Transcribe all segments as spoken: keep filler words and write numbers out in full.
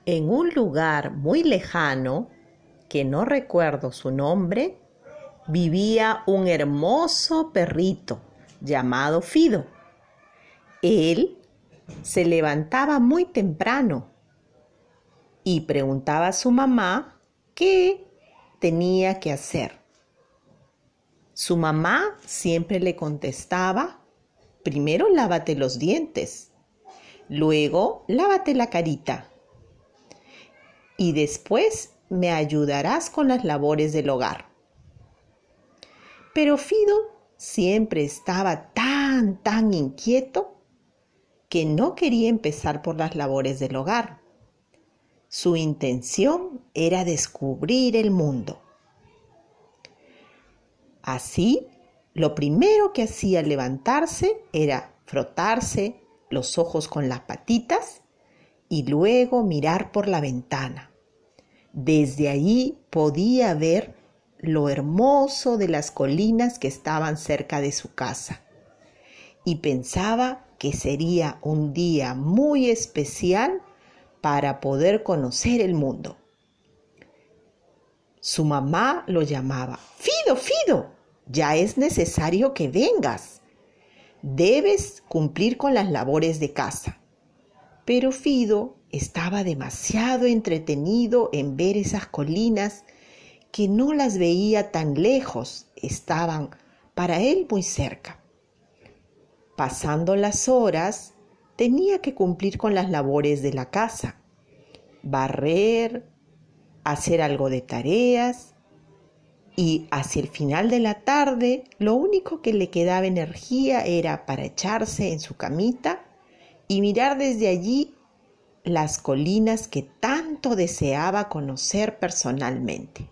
En un lugar muy lejano, que no recuerdo su nombre, vivía un hermoso perrito llamado Fido. Él se levantaba muy temprano y preguntaba a su mamá qué tenía que hacer. Su mamá siempre le contestaba: primero lávate los dientes, luego lávate la carita y después me ayudarás con las labores del hogar. Pero Fido siempre estaba tan, tan inquieto que no quería empezar por las labores del hogar. Su intención era descubrir el mundo. Así, lo primero que hacía al levantarse era frotarse los ojos con las patitas y luego mirar por la ventana. Desde allí podía ver lo hermoso de las colinas que estaban cerca de su casa y pensaba que sería un día muy especial para poder conocer el mundo. Su mamá lo llamaba: Fido, Fido, ya es necesario que vengas. Debes cumplir con las labores de casa. Pero Fido estaba demasiado entretenido en ver esas colinas que no las veía tan lejos, estaban para él muy cerca. Pasando las horas, tenía que cumplir con las labores de la casa, barrer, hacer algo de tareas, y hacia el final de la tarde lo único que le quedaba energía era para echarse en su camita y mirar desde allí las colinas que tanto deseaba conocer personalmente.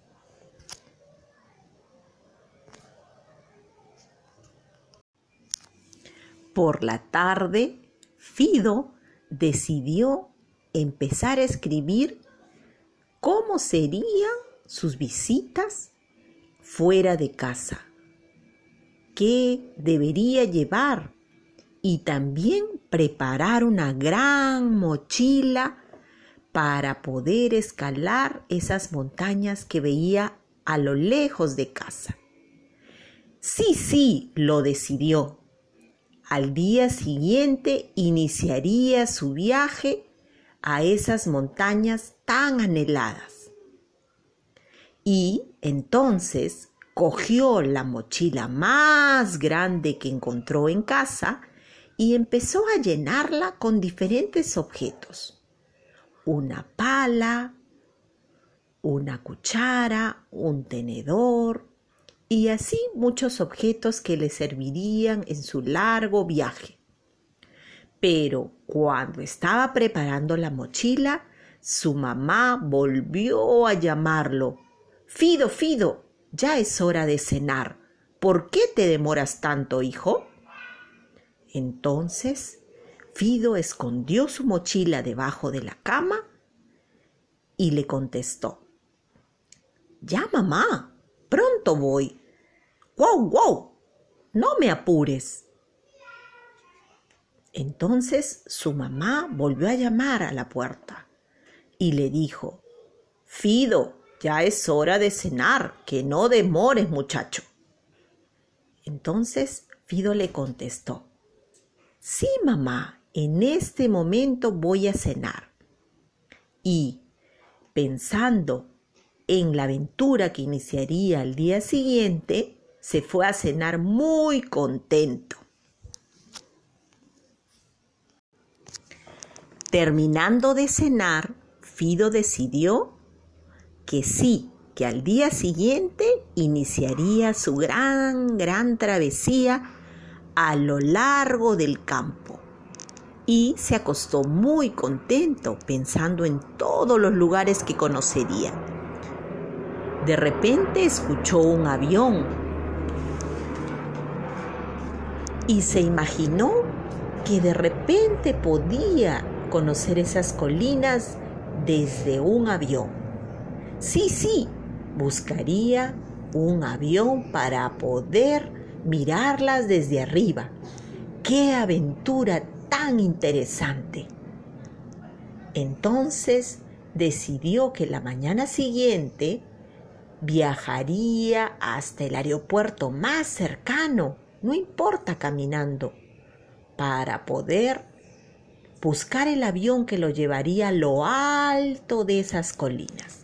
Por la tarde, Fido decidió empezar a escribir cómo serían sus visitas fuera de casa, qué debería llevar y también preparar una gran mochila para poder escalar esas montañas que veía a lo lejos de casa. Sí, sí, lo decidió. Al día siguiente iniciaría su viaje a esas montañas tan anheladas. Y entonces cogió la mochila más grande que encontró en casa y empezó a llenarla con diferentes objetos. Una pala, una cuchara, un tenedor y así muchos objetos que le servirían en su largo viaje. Pero cuando estaba preparando la mochila, su mamá volvió a llamarlo. Fido, Fido, ya es hora de cenar. ¿Por qué te demoras tanto, hijo? Entonces, Fido escondió su mochila debajo de la cama y le contestó: Ya, mamá, pronto voy. ¡Wow, wow! No me apures. Entonces su mamá volvió a llamar a la puerta y le dijo: Fido, ya es hora de cenar, que no demores, muchacho. Entonces Fido le contestó: Sí, mamá, en este momento voy a cenar. Y, pensando en la aventura que iniciaría al día siguiente, se fue a cenar muy contento. Terminando de cenar, Fido decidió que sí, que al día siguiente iniciaría su gran, gran travesía a lo largo del campo. Y se acostó muy contento pensando en todos los lugares que conocería. De repente escuchó un avión y se imaginó que de repente podía conocer esas colinas desde un avión. Sí, sí, buscaría un avión para poder mirarlas desde arriba. ¡Qué aventura tan interesante! Entonces decidió que la mañana siguiente viajaría hasta el aeropuerto más cercano, no importa caminando, para poder buscar el avión que lo llevaría a lo alto de esas colinas.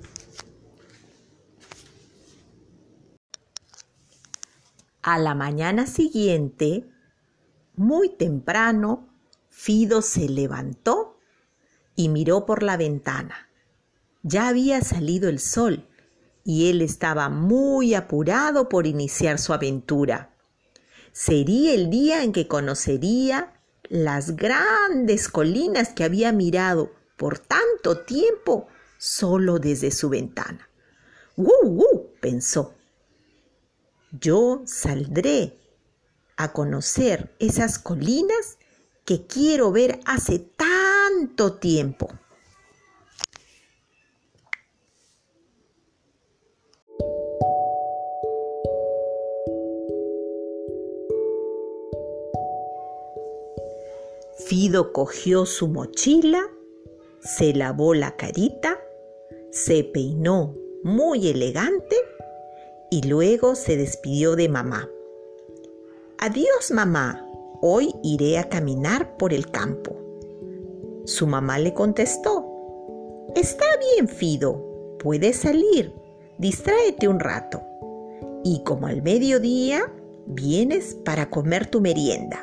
A la mañana siguiente, muy temprano, Fido se levantó y miró por la ventana. Ya había salido el sol y él estaba muy apurado por iniciar su aventura. Sería el día en que conocería las grandes colinas que había mirado por tanto tiempo solo desde su ventana. ¡Uh, uh!, pensó. Yo saldré a conocer esas colinas que quiero ver hace tanto tiempo. Fido cogió su mochila, se lavó la carita, se peinó muy elegante y luego se despidió de mamá. Adiós, mamá, hoy iré a caminar por el campo. Su mamá le contestó, está bien, Fido, puedes salir, distráete un rato. Y como al mediodía, vienes para comer tu merienda.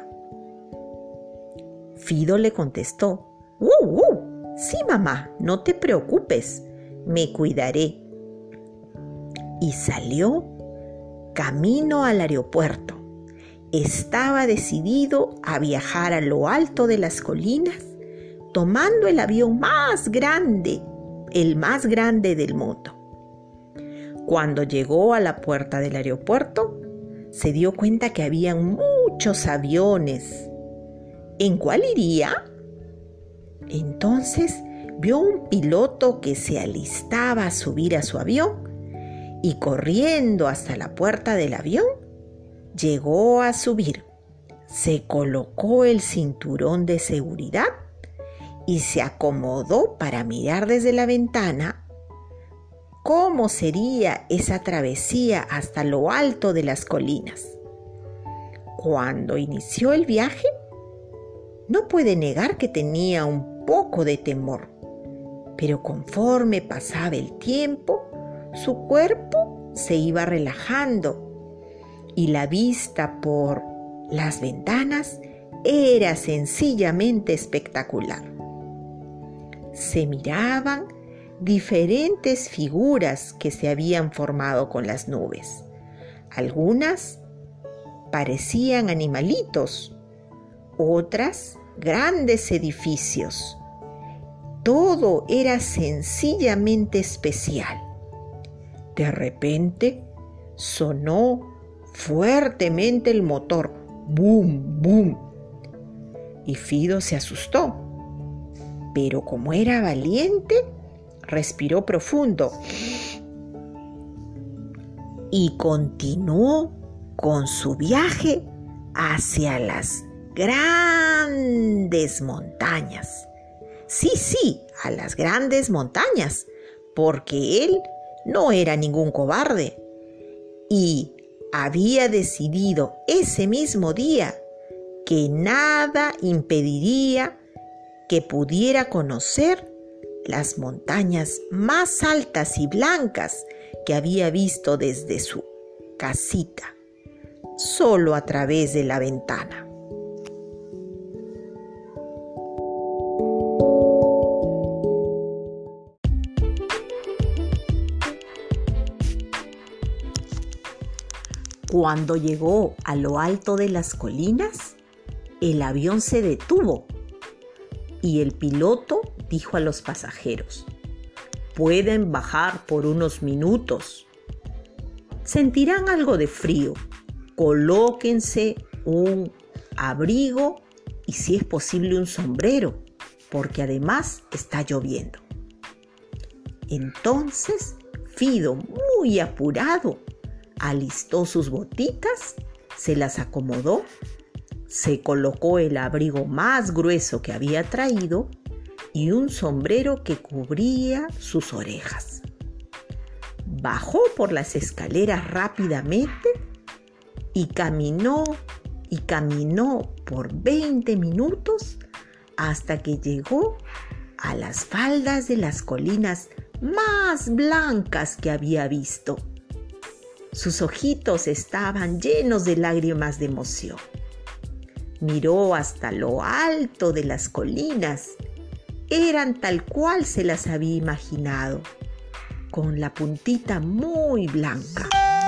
Fido le contestó, ¡Uh, uh! Sí, mamá, no te preocupes, me cuidaré. Y salió camino al aeropuerto. Estaba decidido a viajar a lo alto de las colinas, tomando el avión más grande, el más grande del mundo. Cuando llegó a la puerta del aeropuerto, se dio cuenta que habían muchos aviones. ¿En cuál iría? Entonces vio un piloto que se alistaba a subir a su avión y corriendo hasta la puerta del avión, llegó a subir, se colocó el cinturón de seguridad y se acomodó para mirar desde la ventana cómo sería esa travesía hasta lo alto de las colinas. Cuando inició el viaje, no puede negar que tenía un poco de temor, pero conforme pasaba el tiempo, su cuerpo se iba relajando y la vista por las ventanas era sencillamente espectacular. Se miraban diferentes figuras que se habían formado con las nubes. Algunas parecían animalitos, otras grandes edificios. Todo era sencillamente especial. De repente sonó fuertemente el motor. ¡Bum, bum! Y Fido se asustó. Pero como era valiente, respiró profundo y continuó con su viaje hacia las grandes montañas. Sí, sí, a las grandes montañas, porque él no era ningún cobarde y había decidido ese mismo día que nada impediría que pudiera conocer las montañas más altas y blancas que había visto desde su casita, solo a través de la ventana. Cuando llegó a lo alto de las colinas, el avión se detuvo y el piloto dijo a los pasajeros: pueden bajar por unos minutos. Sentirán algo de frío. Colóquense un abrigo y, si es posible, un sombrero, porque además está lloviendo. Entonces Fido, muy apurado, alistó sus botitas, se las acomodó, se colocó el abrigo más grueso que había traído y un sombrero que cubría sus orejas. Bajó por las escaleras rápidamente y caminó y caminó por veinte minutos hasta que llegó a las faldas de las colinas más blancas que había visto. Sus ojitos estaban llenos de lágrimas de emoción. Miró hasta lo alto de las colinas. Eran tal cual se las había imaginado, con la puntita muy blanca.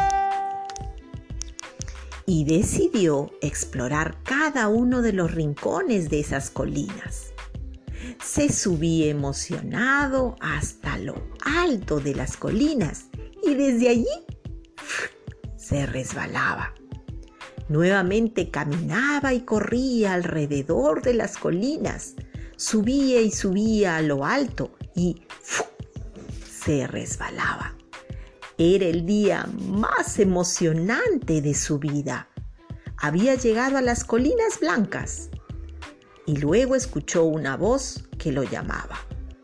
Y decidió explorar cada uno de los rincones de esas colinas. Se subía emocionado hasta lo alto de las colinas y desde allí se resbalaba. Nuevamente caminaba y corría alrededor de las colinas, subía y subía a lo alto y se resbalaba. Era el día más emocionante de su vida. Había llegado a las colinas blancas y luego escuchó una voz que lo llamaba.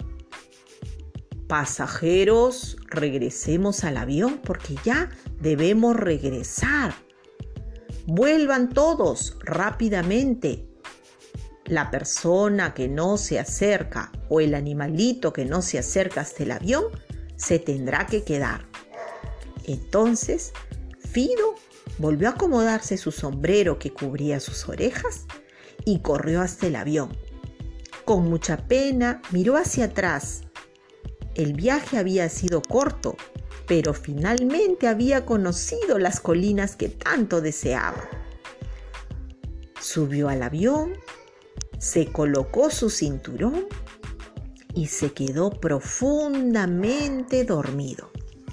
Pasajeros, regresemos al avión porque ya debemos regresar. Vuelvan todos rápidamente. La persona que no se acerca o el animalito que no se acerca hasta el avión se tendrá que quedar. Entonces, Fido volvió a acomodarse su sombrero que cubría sus orejas y corrió hasta el avión. Con mucha pena miró hacia atrás. El viaje había sido corto, pero finalmente había conocido las colinas que tanto deseaba. Subió al avión, se colocó su cinturón y se quedó profundamente dormido.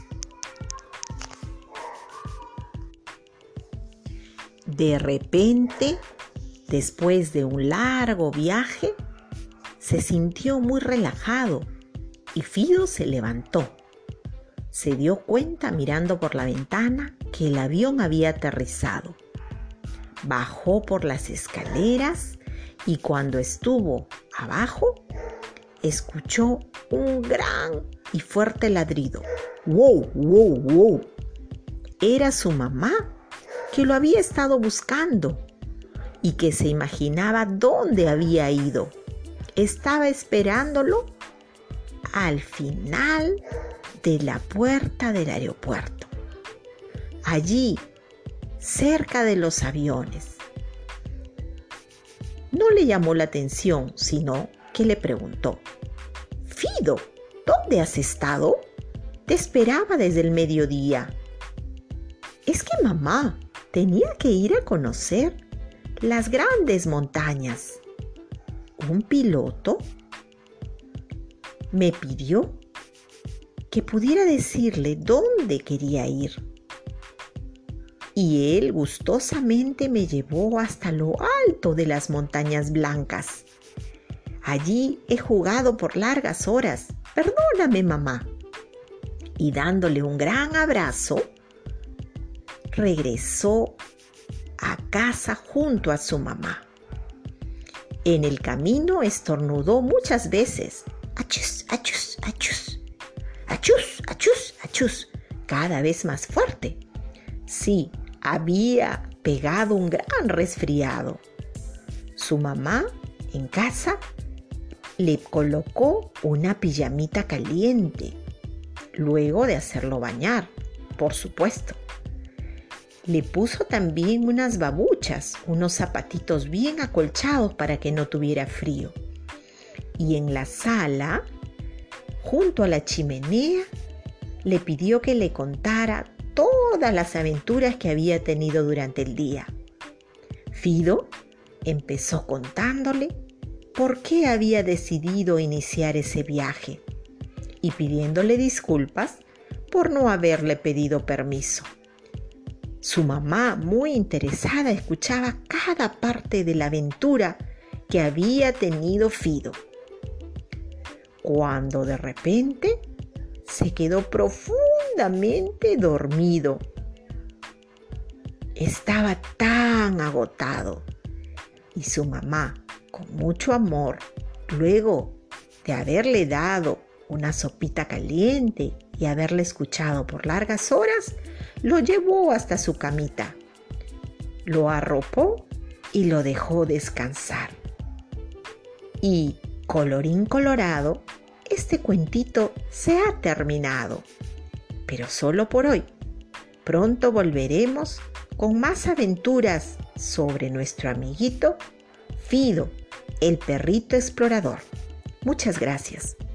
De repente, después de un largo viaje, se sintió muy relajado y Fido se levantó. Se dio cuenta mirando por la ventana que el avión había aterrizado. Bajó por las escaleras y cuando estuvo abajo, escuchó un gran y fuerte ladrido. ¡Wow, wow, wow! Era su mamá, que lo había estado buscando y que se imaginaba dónde había ido. Estaba esperándolo al final de la puerta del aeropuerto. Allí, cerca de los aviones. No le llamó la atención, sino que le preguntó: Fido, ¿dónde has estado? Te esperaba desde el mediodía. Es que mamá tenía que ir a conocer las grandes montañas. Un piloto me pidió que pudiera decirle dónde quería ir. Y él gustosamente me llevó hasta lo alto de las montañas blancas. Allí he jugado por largas horas. Perdóname, mamá. Y dándole un gran abrazo, regresó a casa junto a su mamá. En el camino estornudó muchas veces. Achus, achus, achus. Achus, achus, achus. Cada vez más fuerte. Sí, había pegado un gran resfriado. Su mamá, en casa, le colocó una pijamita caliente, luego de hacerlo bañar, por supuesto. Le puso también unas babuchas, unos zapatitos bien acolchados para que no tuviera frío. Y en la sala, junto a la chimenea, le pidió que le contara todas las aventuras que había tenido durante el día. Fido empezó contándole por qué había decidido iniciar ese viaje y pidiéndole disculpas por no haberle pedido permiso. Su mamá, muy interesada, escuchaba cada parte de la aventura que había tenido Fido, cuando de repente se quedó profundamente dormido. Estaba tan agotado y su mamá, con mucho amor, luego de haberle dado una sopita caliente y haberle escuchado por largas horas, lo llevó hasta su camita, lo arropó y lo dejó descansar. Y, colorín colorado, este cuentito se ha terminado, pero solo por hoy. Pronto volveremos con más aventuras sobre nuestro amiguito Fido, el perrito explorador. Muchas gracias.